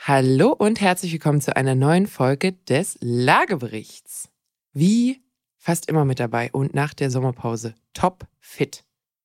Hallo und herzlich willkommen zu einer neuen Folge des Lageberichts. Wie fast immer mit dabei und nach der Sommerpause top fit.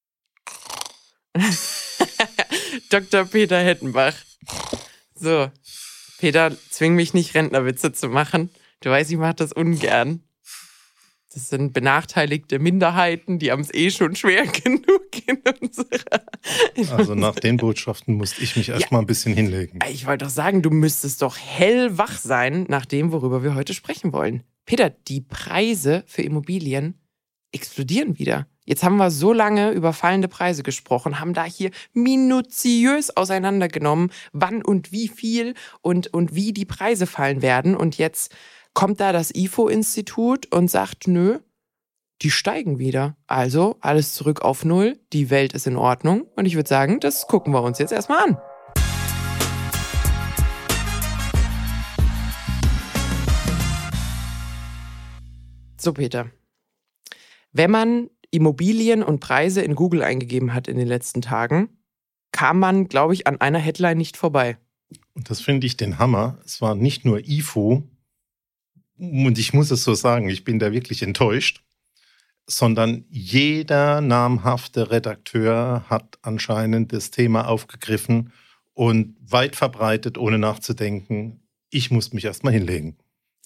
Dr. Peter Hettenbach. So, Peter, zwing mich nicht, Rentnerwitze zu machen. Du weißt, ich mache das ungern. Das sind benachteiligte Minderheiten, die haben es schon schwer genug in unserer... Also nach den Botschaften musste ich mich erstmal ein bisschen hinlegen. Ich wollte doch sagen, du müsstest doch hellwach sein nach dem, worüber wir heute sprechen wollen. Peter, die Preise für Immobilien explodieren wieder. Jetzt haben wir so lange über fallende Preise gesprochen, haben da hier minutiös auseinandergenommen, wann und wie viel und wie die Preise fallen werden. Und jetzt kommt da das IFO-Institut und sagt, nö, die steigen wieder. Also alles zurück auf Null, die Welt ist in Ordnung. Und ich würde sagen, das gucken wir uns jetzt erstmal an. So, Peter. Wenn man Immobilien und Preise in Google eingegeben hat in den letzten Tagen, kam man, glaube ich, an einer Headline nicht vorbei. Und das finde ich den Hammer. Es war nicht nur IFO, und ich muss es so sagen, ich bin da wirklich enttäuscht, sondern jeder namhafte Redakteur hat anscheinend das Thema aufgegriffen und weit verbreitet, ohne nachzudenken. Ich muss mich erstmal hinlegen.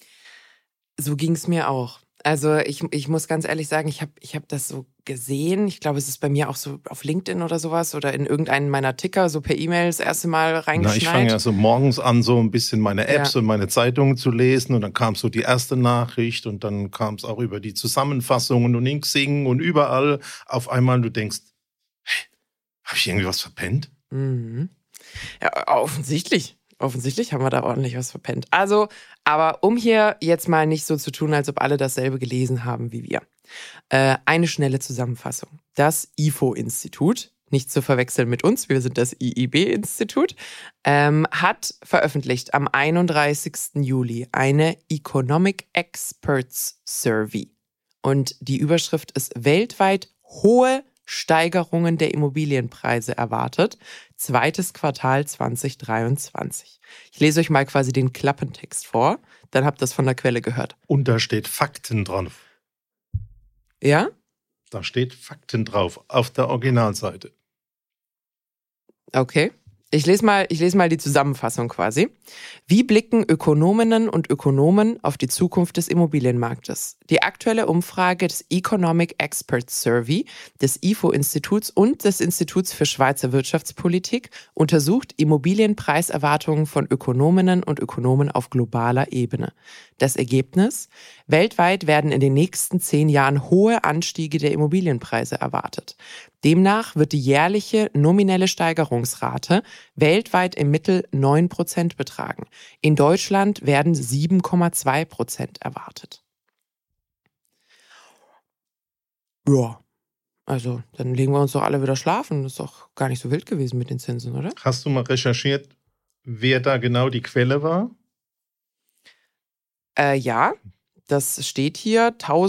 So ging es mir auch. Also ich muss ganz ehrlich sagen, ich hab das so gesehen. Ich glaube, es ist bei mir auch so auf LinkedIn oder sowas oder in irgendeinen meiner Ticker so per E-Mail das erste Mal reingeschneit. Ich fange ja so morgens an, so ein bisschen meine Apps und meine Zeitungen zu lesen und dann kam so die erste Nachricht und dann kam es auch über die Zusammenfassungen und in Xing und überall. Auf einmal du denkst, hey, habe ich irgendwie was verpennt? Mhm. Ja, offensichtlich. Offensichtlich haben wir da ordentlich was verpennt. Also, aber um hier jetzt mal nicht so zu tun, als ob alle dasselbe gelesen haben wie wir. Eine schnelle Zusammenfassung. Das IFO-Institut, nicht zu verwechseln mit uns, wir sind das IIB-Institut, hat veröffentlicht am 31. Juli eine Economic Experts Survey. Und die Überschrift ist weltweit hohe Steigerungen der Immobilienpreise erwartet. Zweites Quartal 2023. Ich lese euch mal quasi den Klappentext vor, dann habt ihr das von der Quelle gehört. Und da steht Fakten drauf. Ja? Da steht Fakten drauf, auf der Originalseite. Okay. Ich lese mal die Zusammenfassung quasi. Wie blicken Ökonominnen und Ökonomen auf die Zukunft des Immobilienmarktes? Die aktuelle Umfrage des Economic Experts Survey des IFO-Instituts und des Instituts für Schweizer Wirtschaftspolitik untersucht Immobilienpreiserwartungen von Ökonominnen und Ökonomen auf globaler Ebene. Das Ergebnis? Weltweit werden in den nächsten 10 Jahren hohe Anstiege der Immobilienpreise erwartet. Demnach wird die jährliche nominelle Steigerungsrate weltweit im Mittel 9% betragen. In Deutschland werden 7,2% erwartet. Ja, also dann legen wir uns doch alle wieder schlafen. Das ist doch gar nicht so wild gewesen mit den Zinsen, oder? Hast du mal recherchiert, wer da genau die Quelle war? Ja, das steht hier.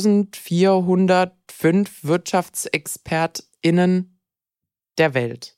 1405 WirtschaftsexpertInnen der Welt.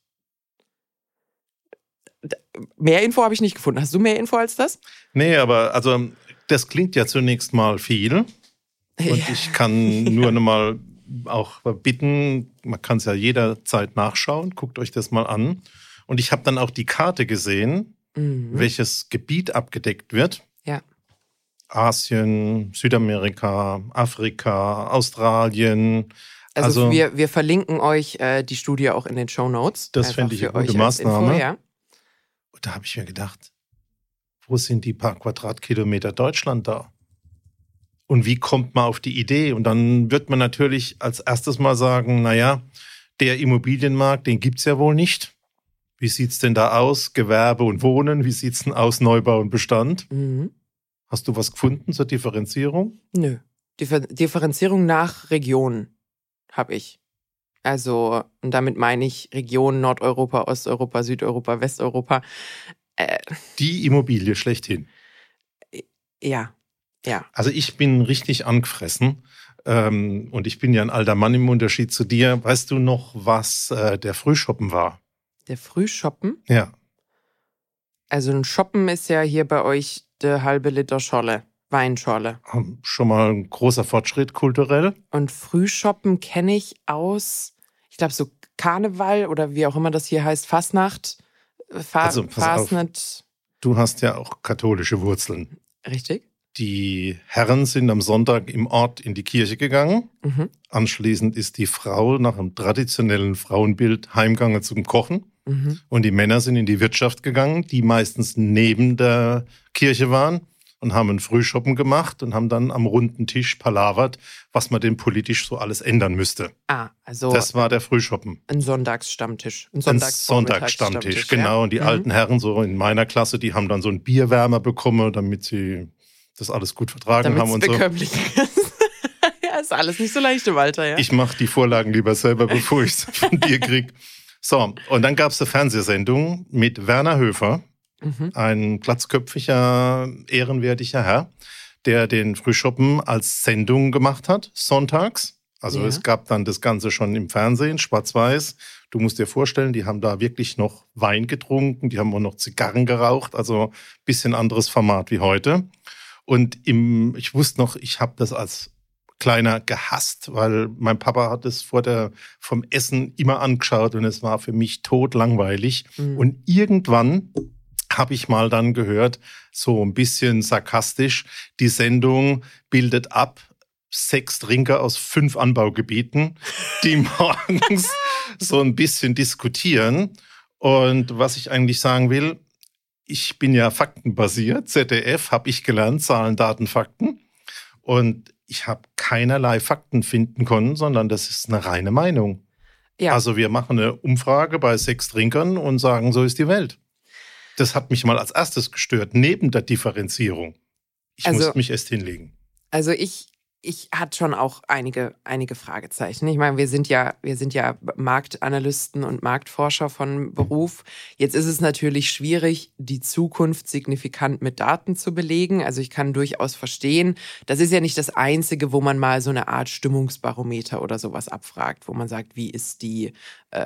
Mehr Info habe ich nicht gefunden. Hast du mehr Info als das? Nee, aber also das klingt ja zunächst mal viel. Und ich kann nur nochmal auch bitten, man kann es ja jederzeit nachschauen, guckt euch das mal an. Und ich habe dann auch die Karte gesehen, welches Gebiet abgedeckt wird. Ja. Asien, Südamerika, Afrika, Australien. Also wir verlinken euch die Studie auch in den Shownotes. Das fände ich eine gute Maßnahme. Info, ja. Und da habe ich mir gedacht, wo sind die paar Quadratkilometer Deutschland da? Und wie kommt man auf die Idee? Und dann wird man natürlich als erstes mal sagen, naja, der Immobilienmarkt, den gibt's ja wohl nicht. Wie sieht's denn da aus? Gewerbe und Wohnen, wie sieht's denn aus? Neubau und Bestand? Hast du was gefunden zur Differenzierung? Nö. Differenzierung nach Region habe ich. Also, und damit meine ich Region Nordeuropa, Osteuropa, Südeuropa, Westeuropa. Die Immobilie schlechthin. Ja. Also ich bin richtig angefressen. Und ich bin ja ein alter Mann im Unterschied zu dir. Weißt du noch, was der Frühschoppen war? Der Frühschoppen? Ja. Also ein Shoppen ist ja hier bei euch der halbe Liter Scholle, Weinscholle. Schon mal ein großer Fortschritt kulturell. Und Frühshoppen kenne ich aus, ich glaube so Karneval oder wie auch immer das hier heißt, Fasnacht. Also pass auf, du hast ja auch katholische Wurzeln. Richtig. Die Herren sind am Sonntag im Ort in die Kirche gegangen. Mhm. Anschließend ist die Frau nach einem traditionellen Frauenbild heimgegangen zum Kochen. Mhm. Und die Männer sind in die Wirtschaft gegangen, die meistens neben der Kirche waren und haben einen Frühschoppen gemacht und haben dann am runden Tisch palavert, was man denn politisch so alles ändern müsste. Also das war der Frühschoppen. Ein Sonntagsstammtisch. Ein Sonntagsstammtisch, genau. Und die alten Herren so in meiner Klasse, die haben dann so einen Bierwärmer bekommen, damit sie das alles gut vertragen haben und so. Bekömmlich ist. Ja, ist alles nicht so leicht im Alter, ja. Ich mache die Vorlagen lieber selber, bevor ich es von dir kriege. So, und dann gab es eine Fernsehsendung mit Werner Höfer, ein glatzköpfiger, ehrenwertiger Herr, der den Frühschoppen als Sendung gemacht hat, sonntags. Also es gab dann das Ganze schon im Fernsehen, schwarz-weiß. Du musst dir vorstellen, die haben da wirklich noch Wein getrunken, die haben auch noch Zigarren geraucht, also ein bisschen anderes Format wie heute. Und ich wusste noch, ich habe das als Kleiner gehasst, weil mein Papa hat es vom Essen immer angeschaut und es war für mich totlangweilig. Und irgendwann habe ich mal dann gehört, so ein bisschen sarkastisch, die Sendung bildet ab 6 Trinker aus 5 Anbaugebieten, die morgens so ein bisschen diskutieren. Und was ich eigentlich sagen will, ich bin ja faktenbasiert, ZDF habe ich gelernt, Zahlen, Daten, Fakten. Und ich habe keinerlei Fakten finden können, sondern das ist eine reine Meinung. Ja. Also wir machen eine Umfrage bei 6 Trinkern und sagen, so ist die Welt. Das hat mich mal als erstes gestört, neben der Differenzierung. Ich musste mich erst hinlegen. Also ich hatte schon auch einige Fragezeichen. Ich meine, wir sind ja Marktanalysten und Marktforscher von Beruf. Jetzt ist es natürlich schwierig, die Zukunft signifikant mit Daten zu belegen. Also ich kann durchaus verstehen, das ist ja nicht das Einzige, wo man mal so eine Art Stimmungsbarometer oder sowas abfragt, wo man sagt, wie ist die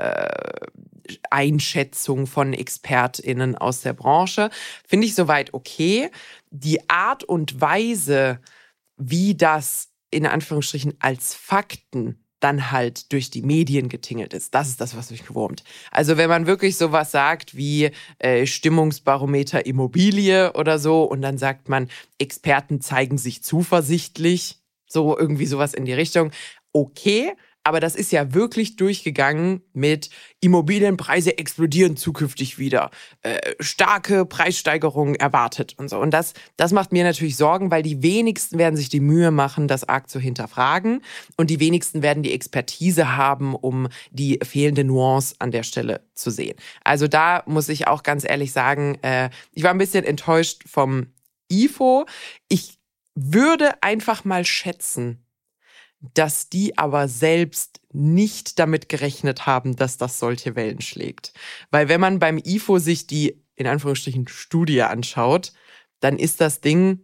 Einschätzung von ExpertInnen aus der Branche. Finde ich soweit okay. Die Art und Weise, wie das in Anführungsstrichen als Fakten dann halt durch die Medien getingelt ist. Das ist das, was mich wurmt. Also wenn man wirklich sowas sagt wie Stimmungsbarometer Immobilie oder so und dann sagt man, Experten zeigen sich zuversichtlich, so irgendwie sowas in die Richtung, okay, aber das ist ja wirklich durchgegangen mit Immobilienpreise explodieren zukünftig wieder. Starke Preissteigerungen erwartet und so. Und das macht mir natürlich Sorgen, weil die wenigsten werden sich die Mühe machen, das arg zu hinterfragen. Und die wenigsten werden die Expertise haben, um die fehlende Nuance an der Stelle zu sehen. Also da muss ich auch ganz ehrlich sagen, ich war ein bisschen enttäuscht vom IFO. Ich würde einfach mal schätzen, dass die aber selbst nicht damit gerechnet haben, dass das solche Wellen schlägt. Weil wenn man beim IFO sich die, in Anführungsstrichen, Studie anschaut, dann ist das Ding,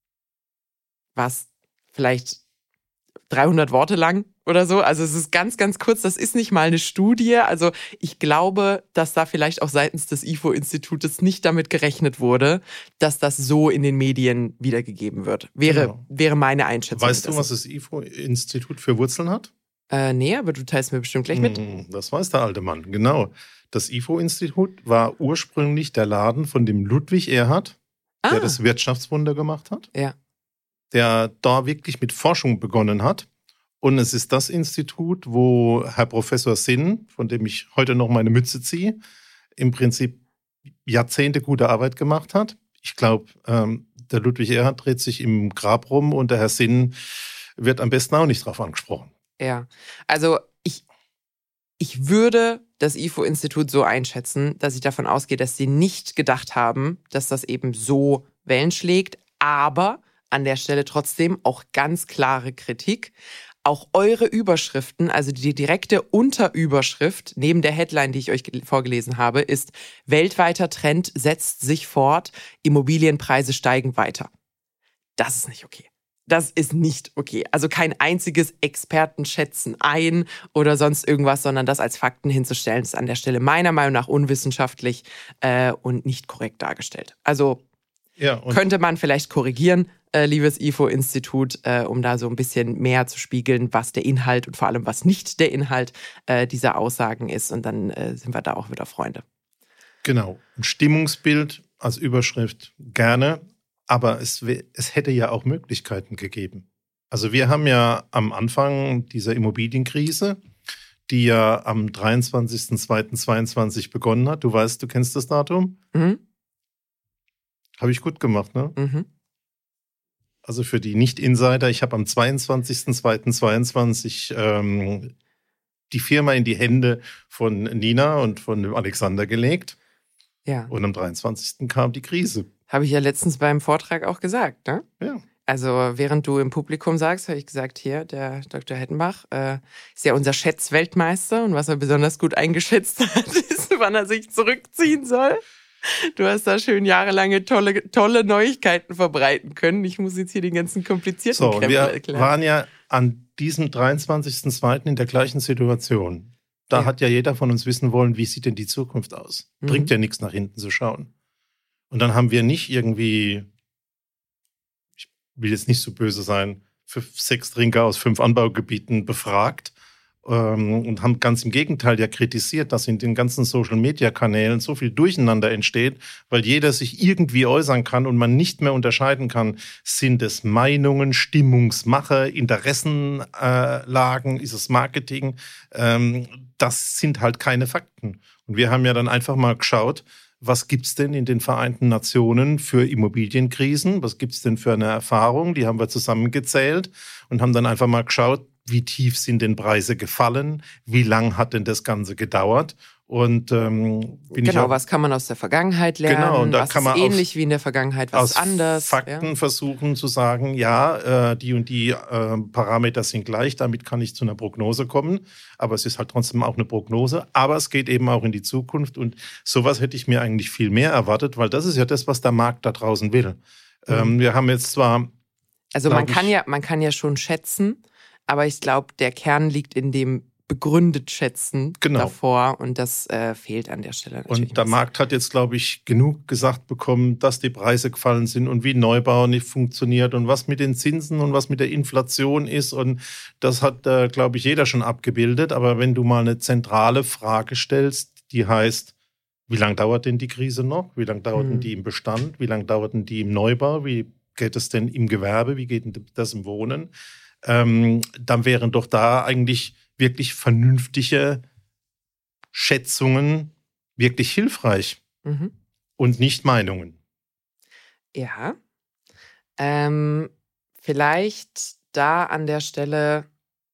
was vielleicht 300 Worte lang oder so. Also es ist ganz, ganz kurz. Das ist nicht mal eine Studie. Also ich glaube, dass da vielleicht auch seitens des IFO-Institutes nicht damit gerechnet wurde, dass das so in den Medien wiedergegeben wird. Wäre meine Einschätzung. Weißt du, was das IFO-Institut für Wurzeln hat? Nee, aber du teilst mir bestimmt gleich mit. Das weiß der alte Mann, genau. Das IFO-Institut war ursprünglich der Laden von dem Ludwig Erhard, der das Wirtschaftswunder gemacht hat. Ja. Der da wirklich mit Forschung begonnen hat. Und es ist das Institut, wo Herr Professor Sinn, von dem ich heute noch meine Mütze ziehe, im Prinzip Jahrzehnte gute Arbeit gemacht hat. Ich glaube, der Ludwig Erhard dreht sich im Grab rum und der Herr Sinn wird am besten auch nicht drauf angesprochen. Ja, also ich würde das IFO-Institut so einschätzen, dass ich davon ausgehe, dass sie nicht gedacht haben, dass das eben so Wellen schlägt, aber an der Stelle trotzdem auch ganz klare Kritik. Auch eure Überschriften, also die direkte Unterüberschrift neben der Headline, die ich euch vorgelesen habe, ist: Weltweiter Trend setzt sich fort, Immobilienpreise steigen weiter. Das ist nicht okay. Das ist nicht okay. Also kein einziges Expertenschätzen ein oder sonst irgendwas, sondern das als Fakten hinzustellen, ist an der Stelle meiner Meinung nach unwissenschaftlich und nicht korrekt dargestellt. Also könnte man vielleicht korrigieren, liebes IFO-Institut, um da so ein bisschen mehr zu spiegeln, was der Inhalt und vor allem was nicht der Inhalt dieser Aussagen ist. Und dann sind wir da auch wieder Freunde. Genau. Ein Stimmungsbild als Überschrift gerne, aber es hätte ja auch Möglichkeiten gegeben. Also wir haben ja am Anfang dieser Immobilienkrise, die ja am 23.02.22 begonnen hat. Du weißt, du kennst das Datum? Mhm. Habe ich gut gemacht, ne? Mhm. Also für die Nicht-Insider, ich habe am 22.02.22 die Firma in die Hände von Nina und von Alexander gelegt. Ja. Und am 23. kam die Krise. Habe ich ja letztens beim Vortrag auch gesagt, ne? Ja. Also während du im Publikum sagst, habe ich gesagt, hier, der Dr. Hettenbach ist ja unser Schätzweltmeister und was er besonders gut eingeschätzt hat, ist, wann er sich zurückziehen soll. Du hast da schön jahrelange tolle Neuigkeiten verbreiten können. Ich muss jetzt hier den ganzen komplizierten Krempel erklären. Wir waren ja an diesem 23.02. in der gleichen Situation. Da hat ja jeder von uns wissen wollen, wie sieht denn die Zukunft aus? Bringt ja nichts, nach hinten zu schauen. Und dann haben wir nicht irgendwie, ich will jetzt nicht so böse sein, 6 Trinker aus 5 Anbaugebieten befragt und haben ganz im Gegenteil ja kritisiert, dass in den ganzen Social-Media-Kanälen so viel Durcheinander entsteht, weil jeder sich irgendwie äußern kann und man nicht mehr unterscheiden kann, sind es Meinungen, Stimmungsmache, Interessenlagen, ist es Marketing? Das sind halt keine Fakten. Und wir haben ja dann einfach mal geschaut, was gibt's denn in den Vereinten Nationen für Immobilienkrisen? Was gibt's denn für eine Erfahrung? Die haben wir zusammengezählt und haben dann einfach mal geschaut, wie tief sind denn Preise gefallen? Wie lang hat denn das Ganze gedauert? Und was kann man aus der Vergangenheit lernen? Genau, und da was kann man ist ähnlich wie in der Vergangenheit, was ist anders? Fakten versuchen zu sagen, die und die Parameter sind gleich, damit kann ich zu einer Prognose kommen. Aber es ist halt trotzdem auch eine Prognose. Aber es geht eben auch in die Zukunft. Und sowas hätte ich mir eigentlich viel mehr erwartet, weil das ist ja das, was der Markt da draußen will. Wir haben jetzt zwar... Also man kann ja schon schätzen, aber ich glaube, der Kern liegt in dem begründet schätzen davor und das fehlt an der Stelle natürlich. Und der Markt hat jetzt, glaube ich, genug gesagt bekommen, dass die Preise gefallen sind und wie Neubau nicht funktioniert und was mit den Zinsen und was mit der Inflation ist. Und das hat, glaube ich, jeder schon abgebildet. Aber wenn du mal eine zentrale Frage stellst, die heißt, wie lange dauert denn die Krise noch? Wie lange dauert denn die im Bestand? Wie lange dauert denn die im Neubau? Wie geht es denn im Gewerbe? Wie geht denn das im Wohnen? Dann wären doch da eigentlich wirklich vernünftige Schätzungen wirklich hilfreich und nicht Meinungen. Ja, vielleicht da an der Stelle,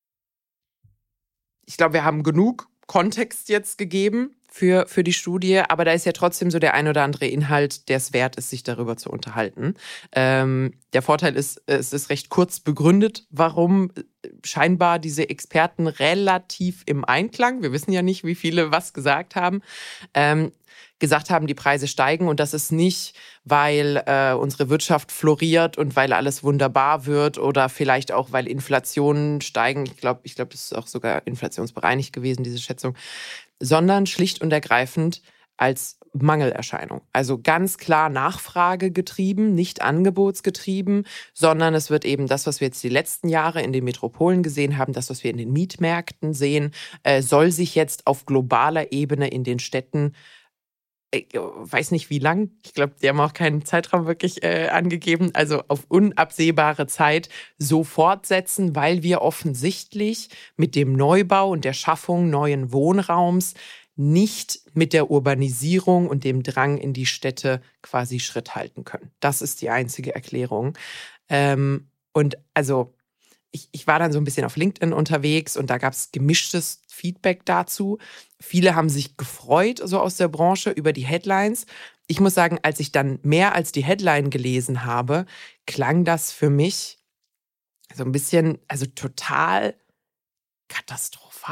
ich glaube, wir haben genug Kontext jetzt gegeben für die Studie, aber da ist ja trotzdem so der ein oder andere Inhalt, der es wert ist, sich darüber zu unterhalten. Der Vorteil ist, es ist recht kurz begründet, warum scheinbar diese Experten relativ im Einklang, wir wissen ja nicht, wie viele was gesagt haben, die Preise steigen und das ist nicht, weil unsere Wirtschaft floriert und weil alles wunderbar wird oder vielleicht auch, weil Inflationen steigen. Ich glaube, das ist auch sogar inflationsbereinigt gewesen, diese Schätzung, sondern schlicht und ergreifend als Mangelerscheinung. Also ganz klar nachfragegetrieben, nicht angebotsgetrieben, sondern es wird eben das, was wir jetzt die letzten Jahre in den Metropolen gesehen haben, das, was wir in den Mietmärkten sehen, soll sich jetzt auf globaler Ebene in den Städten, ich weiß nicht wie lang, ich glaube, die haben auch keinen Zeitraum wirklich angegeben, also auf unabsehbare Zeit so fortsetzen, weil wir offensichtlich mit dem Neubau und der Schaffung neuen Wohnraums nicht mit der Urbanisierung und dem Drang in die Städte quasi Schritt halten können. Das ist die einzige Erklärung. Und also ich war dann so ein bisschen auf LinkedIn unterwegs und da gab es gemischtes Feedback dazu. Viele haben sich gefreut, so aus der Branche, über die Headlines. Ich muss sagen, als ich dann mehr als die Headline gelesen habe, klang das für mich so ein bisschen, also total katastrophal.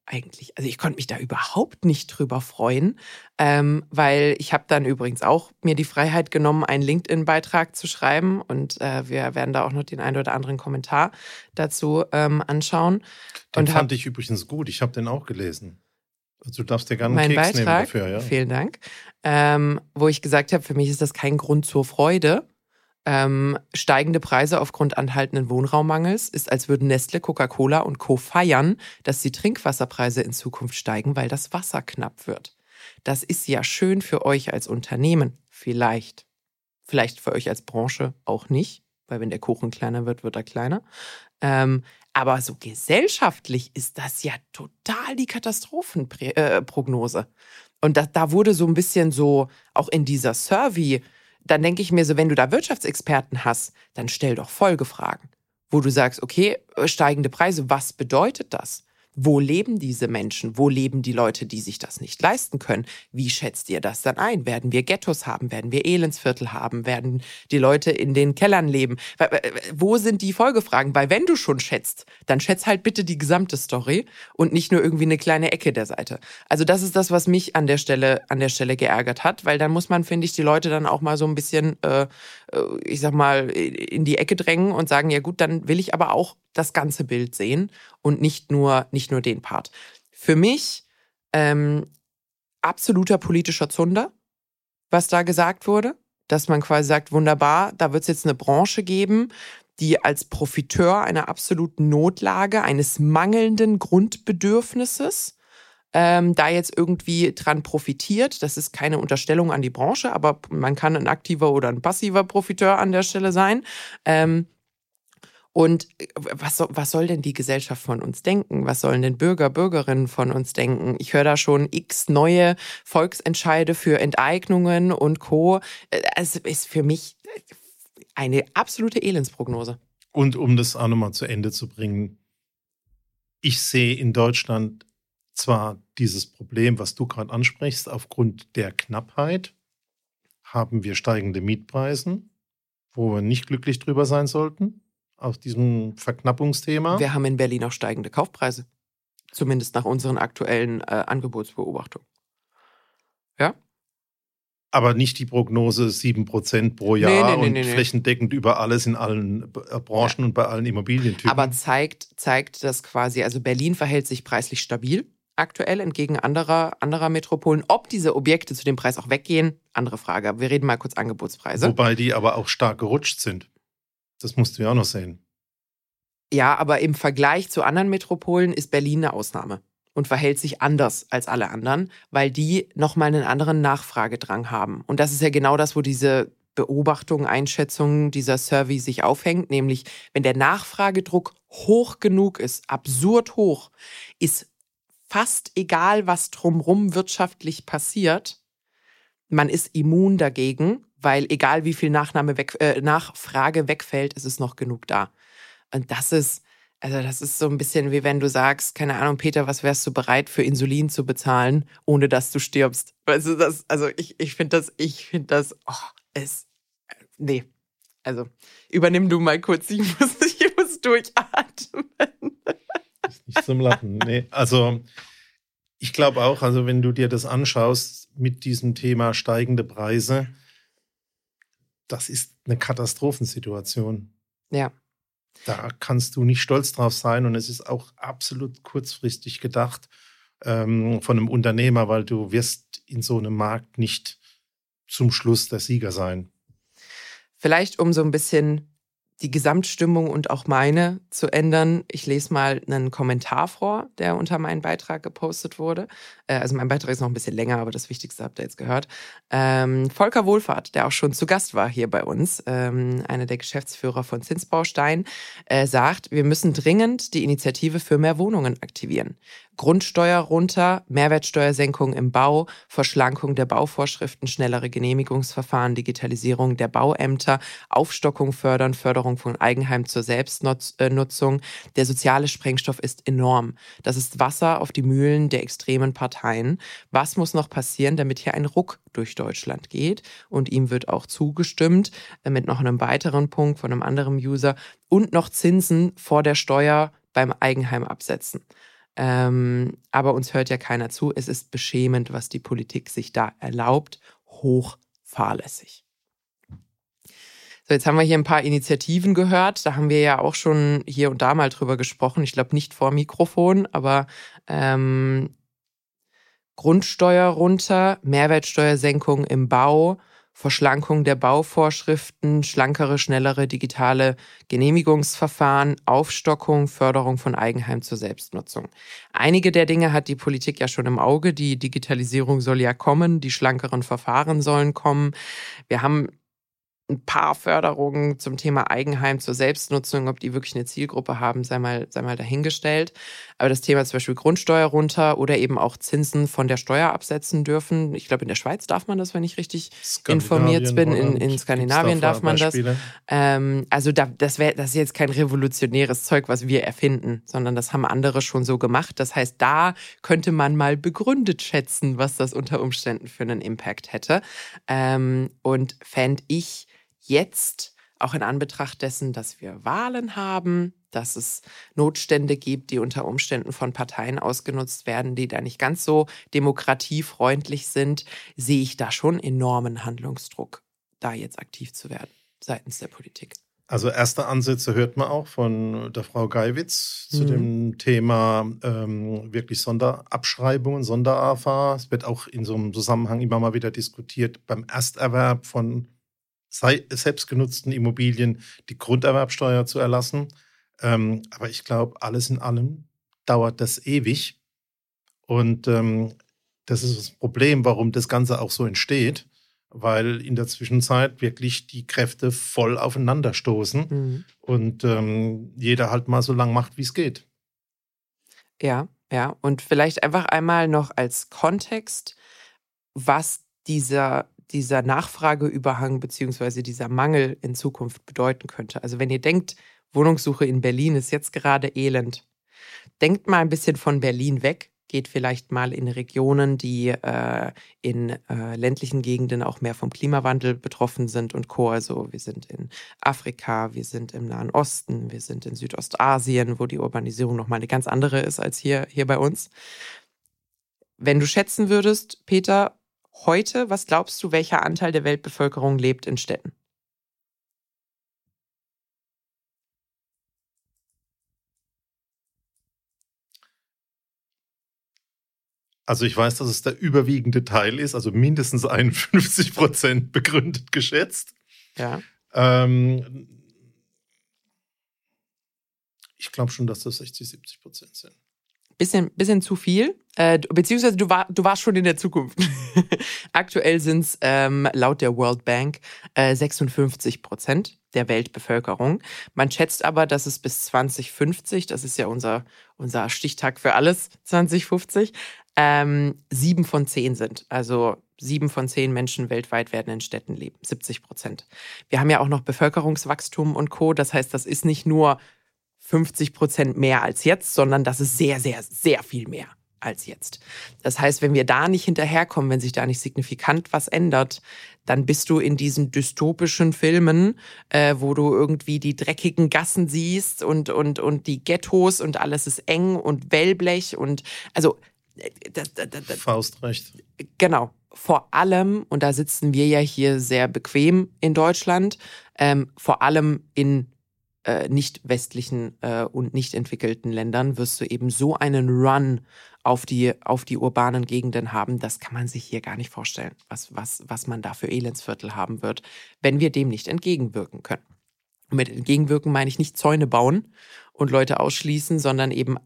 eigentlich. Also ich konnte mich da überhaupt nicht drüber freuen, weil ich habe dann übrigens auch mir die Freiheit genommen, einen LinkedIn-Beitrag zu schreiben und wir werden da auch noch den einen oder anderen Kommentar dazu anschauen. Den fand ich übrigens gut. Ich habe den auch gelesen. Also du darfst dir gerne einen Keks nehmen dafür. Ja. Vielen Dank. Wo ich gesagt habe, für mich ist das kein Grund zur Freude. Steigende Preise aufgrund anhaltenden Wohnraummangels ist, als würden Nestle, Coca-Cola und Co. feiern, dass die Trinkwasserpreise in Zukunft steigen, weil das Wasser knapp wird. Das ist ja schön für euch als Unternehmen, vielleicht. Vielleicht für euch als Branche auch nicht, weil wenn der Kuchen kleiner wird, wird er kleiner. Aber so gesellschaftlich ist das ja total die Katastrophenprognose. Und da wurde so ein bisschen so, auch in dieser Survey, dann denke ich mir so, wenn du da Wirtschaftsexperten hast, dann stell doch Folgefragen, wo du sagst, okay, steigende Preise, was bedeutet das? Wo leben diese Menschen? Wo leben die Leute, die sich das nicht leisten können? Wie schätzt ihr das dann ein? Werden wir Ghettos haben? Werden wir Elendsviertel haben? Werden die Leute in den Kellern leben? Wo sind die Folgefragen? Weil wenn du schon schätzt, dann schätz halt bitte die gesamte Story und nicht nur irgendwie eine kleine Ecke der Seite. Also das ist das, was mich an der Stelle geärgert hat, weil dann muss man, finde ich, die Leute dann auch mal so ein bisschen, ich sag mal, in die Ecke drängen und sagen, ja gut, dann will ich aber auch das ganze Bild sehen und nicht nur den Part. Für mich absoluter politischer Zunder, was da gesagt wurde, dass man quasi sagt, wunderbar, da wird es jetzt eine Branche geben, die als Profiteur einer absoluten Notlage, eines mangelnden Grundbedürfnisses da jetzt irgendwie dran profitiert. Das ist keine Unterstellung an die Branche, aber man kann ein aktiver oder ein passiver Profiteur an der Stelle sein. Und was soll denn die Gesellschaft von uns denken? Was sollen denn Bürger, Bürgerinnen von uns denken? Ich höre da schon x neue Volksentscheide für Enteignungen und Co. Es ist für mich eine absolute Elendsprognose. Und um das auch nochmal zu Ende zu bringen, ich sehe in Deutschland zwar dieses Problem, was du gerade ansprichst, aufgrund der Knappheit haben wir steigende Mietpreise, wo wir nicht glücklich drüber sein sollten. Aus diesem Verknappungsthema. Wir haben in Berlin auch steigende Kaufpreise. Zumindest nach unseren aktuellen Angebotsbeobachtungen. Ja? Aber nicht die Prognose 7% pro Jahr und flächendeckend über alles in allen Branchen und bei allen Immobilientypen. Aber zeigt das quasi, also Berlin verhält sich preislich stabil aktuell entgegen anderer Metropolen. Ob diese Objekte zu dem Preis auch weggehen, andere Frage. Aber wir reden mal kurz Angebotspreise. Wobei die aber auch stark gerutscht sind. Das musst du ja auch noch sehen. Ja, aber im Vergleich zu anderen Metropolen ist Berlin eine Ausnahme und verhält sich anders als alle anderen, weil die nochmal einen anderen Nachfragedrang haben. Und das ist ja genau das, wo diese Beobachtung, Einschätzung dieser Survey sich aufhängt, nämlich wenn der Nachfragedruck hoch genug ist, absurd hoch, ist fast egal, was drumherum wirtschaftlich passiert, man ist immun dagegen, weil egal wie viel Nachfrage wegfällt, ist es noch genug da. Und das ist so ein bisschen wie wenn du sagst, keine Ahnung, Peter, was wärst du bereit für Insulin zu bezahlen, ohne dass du stirbst? Weißt du, ich finde das, nee. Also, übernimm du mal kurz, ich muss durchatmen. Ist nicht zum Lachen, nee. Also, ich glaube auch, also wenn du dir das anschaust mit diesem Thema steigende Preise, das ist eine Katastrophensituation. Ja. Da kannst du nicht stolz drauf sein und es ist auch absolut kurzfristig gedacht von einem Unternehmer, weil du wirst in so einem Markt nicht zum Schluss der Sieger sein. Vielleicht um so ein bisschen die Gesamtstimmung und auch meine zu ändern. Ich lese mal einen Kommentar vor, der unter meinen Beitrag gepostet wurde. Also mein Beitrag ist noch ein bisschen länger, aber das Wichtigste habt ihr jetzt gehört. Volker Wohlfahrt, der auch schon zu Gast war hier bei uns, einer der Geschäftsführer von Zinsbaustein, sagt, wir müssen dringend die Initiative für mehr Wohnungen aktivieren. Grundsteuer runter, Mehrwertsteuersenkung im Bau, Verschlankung der Bauvorschriften, schnellere Genehmigungsverfahren, Digitalisierung der Bauämter, Aufstockung fördern, Förderung von Eigenheim zur Selbstnutzung. Der soziale Sprengstoff ist enorm. Das ist Wasser auf die Mühlen der extremen Parteien. Was muss noch passieren, damit hier ein Ruck durch Deutschland geht? Und ihm wird auch zugestimmt mit noch einem weiteren Punkt von einem anderen User und noch Zinsen vor der Steuer beim Eigenheim absetzen. Aber uns hört ja keiner zu. Es ist beschämend, was die Politik sich da erlaubt. Hoch fahrlässig. So, jetzt haben wir hier ein paar Initiativen gehört. Da haben wir ja auch schon hier und da mal drüber gesprochen. Ich glaube nicht vor Mikrofon, aber Grundsteuer runter, Mehrwertsteuersenkung im Bau, Verschlankung der Bauvorschriften, schlankere, schnellere digitale Genehmigungsverfahren, Aufstockung, Förderung von Eigenheim zur Selbstnutzung. Einige der Dinge hat die Politik ja schon im Auge. Die Digitalisierung soll ja kommen, die schlankeren Verfahren sollen kommen. Wir haben ein paar Förderungen zum Thema Eigenheim zur Selbstnutzung, ob die wirklich eine Zielgruppe haben, sei mal dahingestellt. Aber das Thema zum Beispiel Grundsteuer runter oder eben auch Zinsen von der Steuer absetzen dürfen. Ich glaube, in der Schweiz darf man das, wenn ich richtig informiert bin. In Skandinavien darf man das. Also das ist jetzt kein revolutionäres Zeug, was wir erfinden, sondern das haben andere schon so gemacht. Das heißt, da könnte man mal begründet schätzen, was das unter Umständen für einen Impact hätte. Und fände ich jetzt, auch in Anbetracht dessen, dass wir Wahlen haben, dass es Notstände gibt, die unter Umständen von Parteien ausgenutzt werden, die da nicht ganz so demokratiefreundlich sind, sehe ich da schon enormen Handlungsdruck, da jetzt aktiv zu werden seitens der Politik. Also erste Ansätze hört man auch von der Frau Geiwitz zu dem Thema wirklich Sonderabschreibungen, Sonder-AFA. Es wird auch in so einem Zusammenhang immer mal wieder diskutiert, beim Ersterwerb von selbstgenutzten Immobilien die Grunderwerbsteuer zu erlassen. Aber ich glaube, alles in allem dauert das ewig. Und das ist das Problem, warum das Ganze auch so entsteht, weil in der Zwischenzeit wirklich die Kräfte voll aufeinanderstoßen und jeder halt mal so lang macht, wie es geht. Ja. Und vielleicht einfach einmal noch als Kontext, was dieser Nachfrageüberhang bzw. dieser Mangel in Zukunft bedeuten könnte. Also wenn ihr denkt, Wohnungssuche in Berlin ist jetzt gerade elend, denkt mal ein bisschen von Berlin weg, geht vielleicht mal in Regionen, die in ländlichen Gegenden auch mehr vom Klimawandel betroffen sind und Co. Also wir sind in Afrika, wir sind im Nahen Osten, wir sind in Südostasien, wo die Urbanisierung nochmal eine ganz andere ist als hier bei uns. Wenn du schätzen würdest, Peter, heute, was glaubst du, welcher Anteil der Weltbevölkerung lebt in Städten? Also ich weiß, dass es der überwiegende Teil ist, also mindestens 51% begründet geschätzt. Ja. Ich glaube schon, dass das 60-70% sind. Bisschen zu viel, beziehungsweise du warst schon in der Zukunft. Aktuell sind es laut der World Bank 56% der Weltbevölkerung. Man schätzt aber, dass es bis 2050, das ist ja unser Stichtag für alles, 2050, 7 von 10 sind. Also 7 von 10 Menschen weltweit werden in Städten leben, 70%. Wir haben ja auch noch Bevölkerungswachstum und Co. Das heißt, das ist nicht nur 50% mehr als jetzt, sondern das ist sehr, sehr, sehr viel mehr als jetzt. Das heißt, wenn wir da nicht hinterherkommen, wenn sich da nicht signifikant was ändert, dann bist du in diesen dystopischen Filmen, wo du irgendwie die dreckigen Gassen siehst und die Ghettos und alles ist eng und Wellblech und also Faustrecht. Genau. Vor allem, und da sitzen wir ja hier sehr bequem in Deutschland, vor allem in nicht westlichen und nicht entwickelten Ländern wirst du eben so einen Run auf die urbanen Gegenden haben, das kann man sich hier gar nicht vorstellen, was man da für Elendsviertel haben wird, wenn wir dem nicht entgegenwirken können. Und mit entgegenwirken meine ich nicht Zäune bauen und Leute ausschließen, sondern eben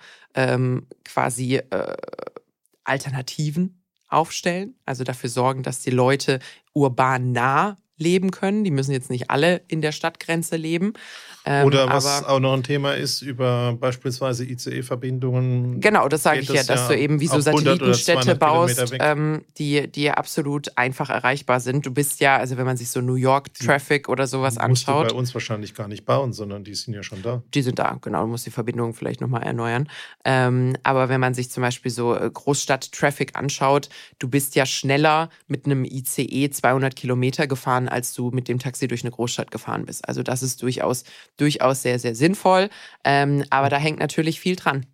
quasi Alternativen aufstellen, also dafür sorgen, dass die Leute urban nah leben können. Die müssen jetzt nicht alle in der Stadtgrenze leben. Oder was auch noch ein Thema ist, über beispielsweise ICE-Verbindungen. Genau, das sage ich ja, dass du eben wie so Satellitenstädte baust, die absolut einfach erreichbar sind. Du bist ja, also wenn man sich so New York-Traffic oder sowas anschaut. Musst du bei uns wahrscheinlich gar nicht bauen, sondern die sind ja schon da. Die sind da, genau. Du musst die Verbindung vielleicht nochmal erneuern. Aber wenn man sich zum Beispiel so Großstadt-Traffic anschaut, du bist ja schneller mit einem ICE 200 Kilometer gefahren, als du mit dem Taxi durch eine Großstadt gefahren bist. Also das ist durchaus sehr, sehr sinnvoll. Aber da hängt natürlich viel dran.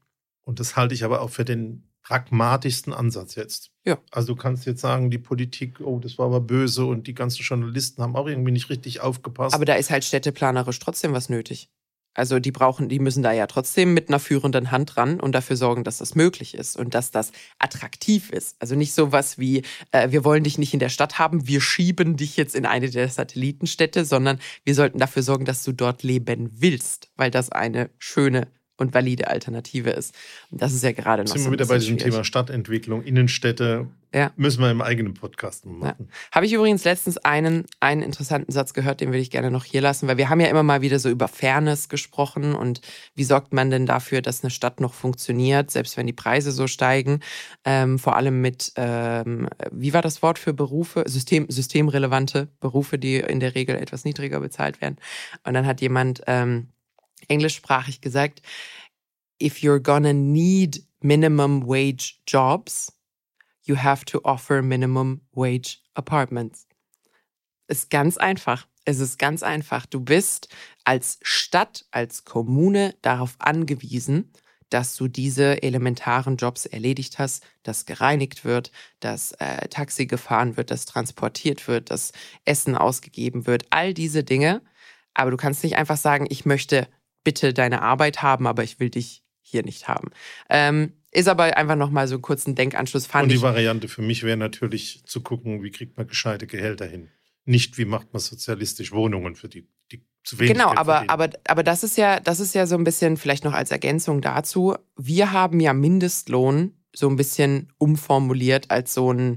Und das halte ich aber auch für den pragmatischsten Ansatz jetzt. Ja. Also du kannst jetzt sagen, die Politik, oh, das war aber böse und die ganzen Journalisten haben auch irgendwie nicht richtig aufgepasst. Aber da ist halt städteplanerisch trotzdem was nötig. Also die müssen da ja trotzdem mit einer führenden Hand ran und dafür sorgen, dass das möglich ist und dass das attraktiv ist. Also nicht sowas wie, wir wollen dich nicht in der Stadt haben, wir schieben dich jetzt in eine der Satellitenstädte, sondern wir sollten dafür sorgen, dass du dort leben willst, weil das eine schöne und valide Alternative ist. Und das ist ja gerade noch so. Sind wir wieder bei diesem Thema Stadtentwicklung, Innenstädte. Ja. Müssen wir im eigenen Podcast machen. Ja. Habe ich übrigens letztens einen interessanten Satz gehört, den würde ich gerne noch hier lassen, weil wir haben ja immer mal wieder so über Fairness gesprochen und wie sorgt man denn dafür, dass eine Stadt noch funktioniert, selbst wenn die Preise so steigen. Vor allem mit, wie war das Wort für Berufe? Systemrelevante Berufe, die in der Regel etwas niedriger bezahlt werden. Und dann hat jemand englischsprachig gesagt, if you're gonna need minimum wage jobs, you have to offer minimum wage apartments. Ist ganz einfach. Es ist ganz einfach. Du bist als Stadt, als Kommune darauf angewiesen, dass du diese elementaren Jobs erledigt hast, dass gereinigt wird, dass Taxi gefahren wird, dass transportiert wird, dass Essen ausgegeben wird. All diese Dinge. Aber du kannst nicht einfach sagen, ich möchte bitte deine Arbeit haben, aber ich will dich hier nicht haben. Ist aber einfach nochmal so einen kurzen Denkanschluss. Und die Variante für mich wäre natürlich zu gucken, wie kriegt man gescheite Gehälter hin. Nicht, wie macht man sozialistisch Wohnungen für die zu wenig Genau, Geld verdienen. aber das ist ja so ein bisschen, vielleicht noch als Ergänzung dazu, wir haben ja Mindestlohn so ein bisschen umformuliert als so ein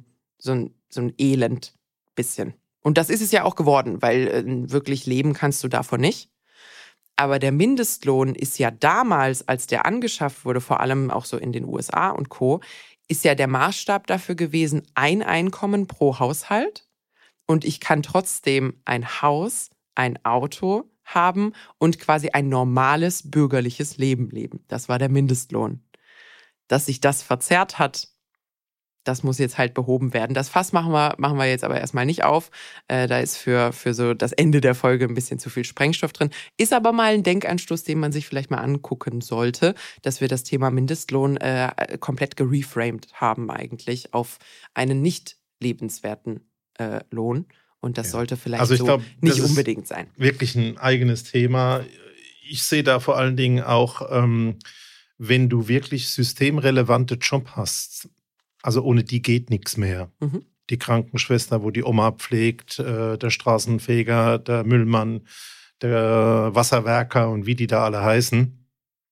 Elend bisschen. Und das ist es ja auch geworden, weil wirklich leben kannst du davon nicht. Aber der Mindestlohn ist ja damals, als der angeschafft wurde, vor allem auch so in den USA und Co., ist ja der Maßstab dafür gewesen, ein Einkommen pro Haushalt. Und ich kann trotzdem ein Haus, ein Auto haben und quasi ein normales bürgerliches Leben leben. Das war der Mindestlohn. Dass sich das verzerrt hat, das muss jetzt halt behoben werden. Das Fass machen wir jetzt aber erstmal nicht auf. Da ist für so das Ende der Folge ein bisschen zu viel Sprengstoff drin. Ist aber mal ein Denkanstoß, den man sich vielleicht mal angucken sollte, dass wir das Thema Mindestlohn komplett gereframed haben eigentlich auf einen nicht lebenswerten Lohn. Und das sollte vielleicht also ich glaub, nicht unbedingt sein. Wirklich ein eigenes Thema. Ich sehe da vor allen Dingen auch, wenn du wirklich systemrelevante Job hast, also ohne die geht nichts mehr. Mhm. Die Krankenschwester, wo die Oma pflegt, der Straßenfeger, der Müllmann, der Wasserwerker und wie die da alle heißen,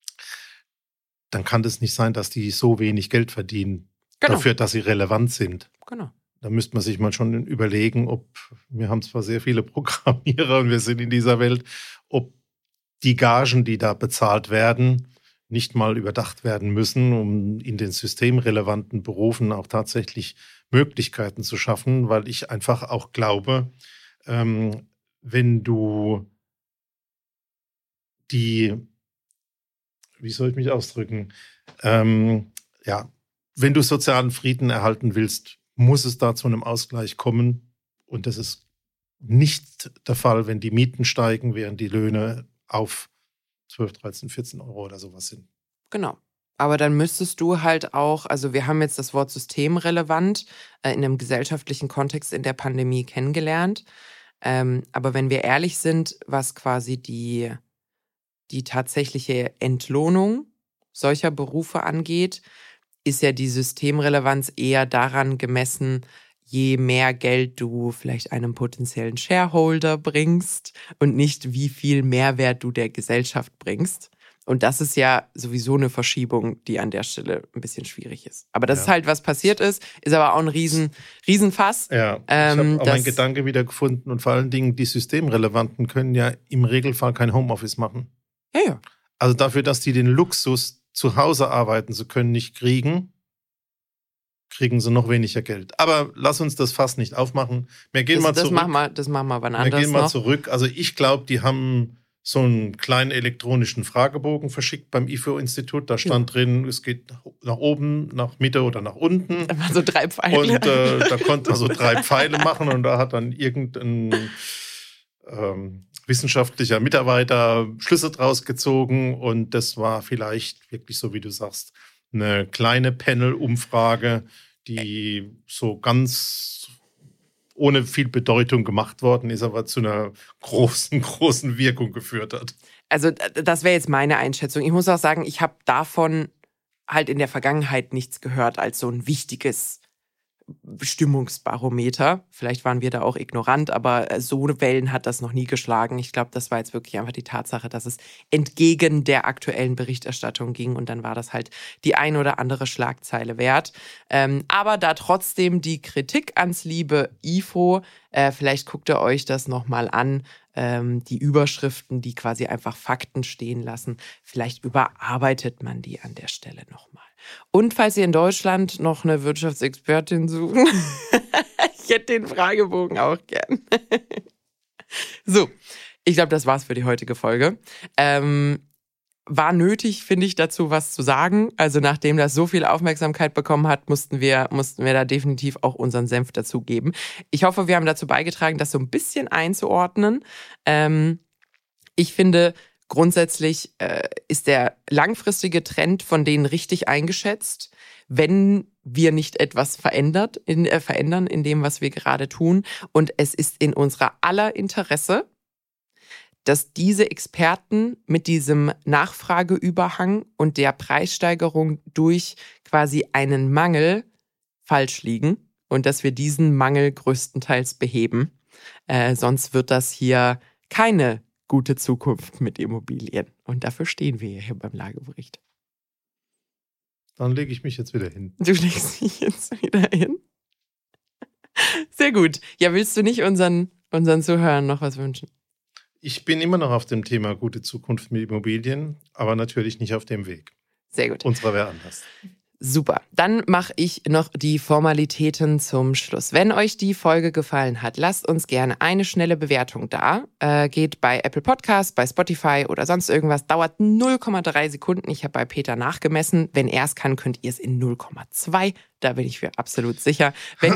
dann kann das nicht sein, dass die so wenig Geld verdienen, dafür, dass sie relevant sind. Genau. Da müsste man sich mal schon überlegen, wir haben zwar sehr viele Programmierer und wir sind in dieser Welt, ob die Gagen, die da bezahlt werden, nicht mal überdacht werden müssen, um in den systemrelevanten Berufen auch tatsächlich Möglichkeiten zu schaffen, weil ich einfach auch glaube, wenn du wie soll ich mich ausdrücken, wenn du sozialen Frieden erhalten willst, muss es da zu einem Ausgleich kommen. Und das ist nicht der Fall, wenn die Mieten steigen, während die Löhne auf 12, 13, 14 Euro oder sowas sind. Genau. Aber dann müsstest du halt auch, also wir haben jetzt das Wort systemrelevant in einem gesellschaftlichen Kontext in der Pandemie kennengelernt. Aber wenn wir ehrlich sind, was quasi die tatsächliche Entlohnung solcher Berufe angeht, ist ja die Systemrelevanz eher daran gemessen, je mehr Geld du vielleicht einem potenziellen Shareholder bringst und nicht, wie viel Mehrwert du der Gesellschaft bringst. Und das ist ja sowieso eine Verschiebung, die an der Stelle ein bisschen schwierig ist. Aber das ist halt, was passiert ist aber auch ein Riesenfass. Ja, ich habe auch meinen Gedanke wieder gefunden und vor allen Dingen die Systemrelevanten können ja im Regelfall kein Homeoffice machen. Ja. Also dafür, dass die den Luxus, zu Hause arbeiten zu können, nicht kriegen sie noch weniger Geld. Aber lass uns das Fass nicht aufmachen. Wir gehen mal zurück. Das machen wir wann anders. Wir gehen mal zurück. Also ich glaube, die haben so einen kleinen elektronischen Fragebogen verschickt beim IFO-Institut. Da stand drin, es geht nach oben, nach Mitte oder nach unten. Da waren so 3 Pfeile. Und da konnte man so 3 Pfeile machen und da hat dann irgendein wissenschaftlicher Mitarbeiter Schlüsse draus gezogen und das war vielleicht wirklich so, wie du sagst, eine kleine Panel-Umfrage, die so ganz ohne viel Bedeutung gemacht worden ist, aber zu einer großen Wirkung geführt hat. Also das wäre jetzt meine Einschätzung. Ich muss auch sagen, ich habe davon halt in der Vergangenheit nichts gehört als so ein wichtiges Stimmungsbarometer. Vielleicht waren wir da auch ignorant, aber so Wellen hat das noch nie geschlagen. Ich glaube, das war jetzt wirklich einfach die Tatsache, dass es entgegen der aktuellen Berichterstattung ging und dann war das halt die ein oder andere Schlagzeile wert. Aber da trotzdem die Kritik ans liebe IFO, vielleicht guckt ihr euch das nochmal an, die Überschriften, die quasi einfach Fakten stehen lassen. Vielleicht überarbeitet man die an der Stelle nochmal. Und falls ihr in Deutschland noch eine Wirtschaftsexpertin suchen, ich hätte den Fragebogen auch gern. So, ich glaube, das war's für die heutige Folge. War nötig, finde ich, dazu was zu sagen. Also nachdem das so viel Aufmerksamkeit bekommen hat, mussten wir da definitiv auch unseren Senf dazugeben. Ich hoffe, wir haben dazu beigetragen, das so ein bisschen einzuordnen. Ich finde, grundsätzlich ist der langfristige Trend von denen richtig eingeschätzt, wenn wir nicht etwas verändern in dem, was wir gerade tun. Und es ist in unserer aller Interesse, dass diese Experten mit diesem Nachfrageüberhang und der Preissteigerung durch quasi einen Mangel falsch liegen und dass wir diesen Mangel größtenteils beheben. Sonst wird das hier keine gute Zukunft mit Immobilien. Und dafür stehen wir hier beim Lagebericht. Dann lege ich mich jetzt wieder hin. Du legst dich jetzt wieder hin? Sehr gut. Ja, willst du nicht unseren Zuhörern noch was wünschen? Ich bin immer noch auf dem Thema gute Zukunft mit Immobilien, aber natürlich nicht auf dem Weg. Sehr gut. Unserer wäre anders. Super. Dann mache ich noch die Formalitäten zum Schluss. Wenn euch die Folge gefallen hat, lasst uns gerne eine schnelle Bewertung da. Geht bei Apple Podcasts, bei Spotify oder sonst irgendwas. Dauert 0,3 Sekunden. Ich habe bei Peter nachgemessen. Wenn er es kann, könnt ihr es in 0,2. Da bin ich mir absolut sicher.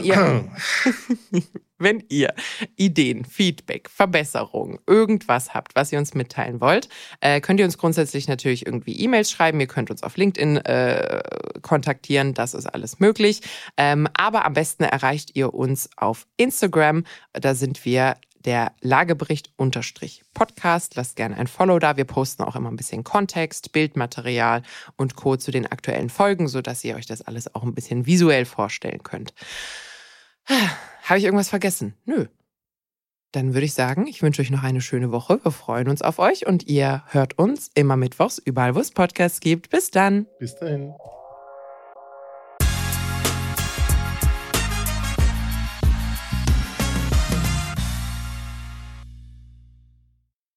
Wenn ihr Ideen, Feedback, Verbesserungen, irgendwas habt, was ihr uns mitteilen wollt, könnt ihr uns grundsätzlich natürlich irgendwie E-Mails schreiben. Ihr könnt uns auf LinkedIn kontaktieren. Das ist alles möglich. Aber am besten erreicht ihr uns auf Instagram. Da sind wir der Lagebericht_Podcast. Lasst gerne ein Follow da. Wir posten auch immer ein bisschen Kontext, Bildmaterial und Co. zu den aktuellen Folgen, sodass ihr euch das alles auch ein bisschen visuell vorstellen könnt. Habe ich irgendwas vergessen? Nö. Dann würde ich sagen, ich wünsche euch noch eine schöne Woche. Wir freuen uns auf euch und ihr hört uns immer mittwochs, überall wo es Podcasts gibt. Bis dann. Bis dahin.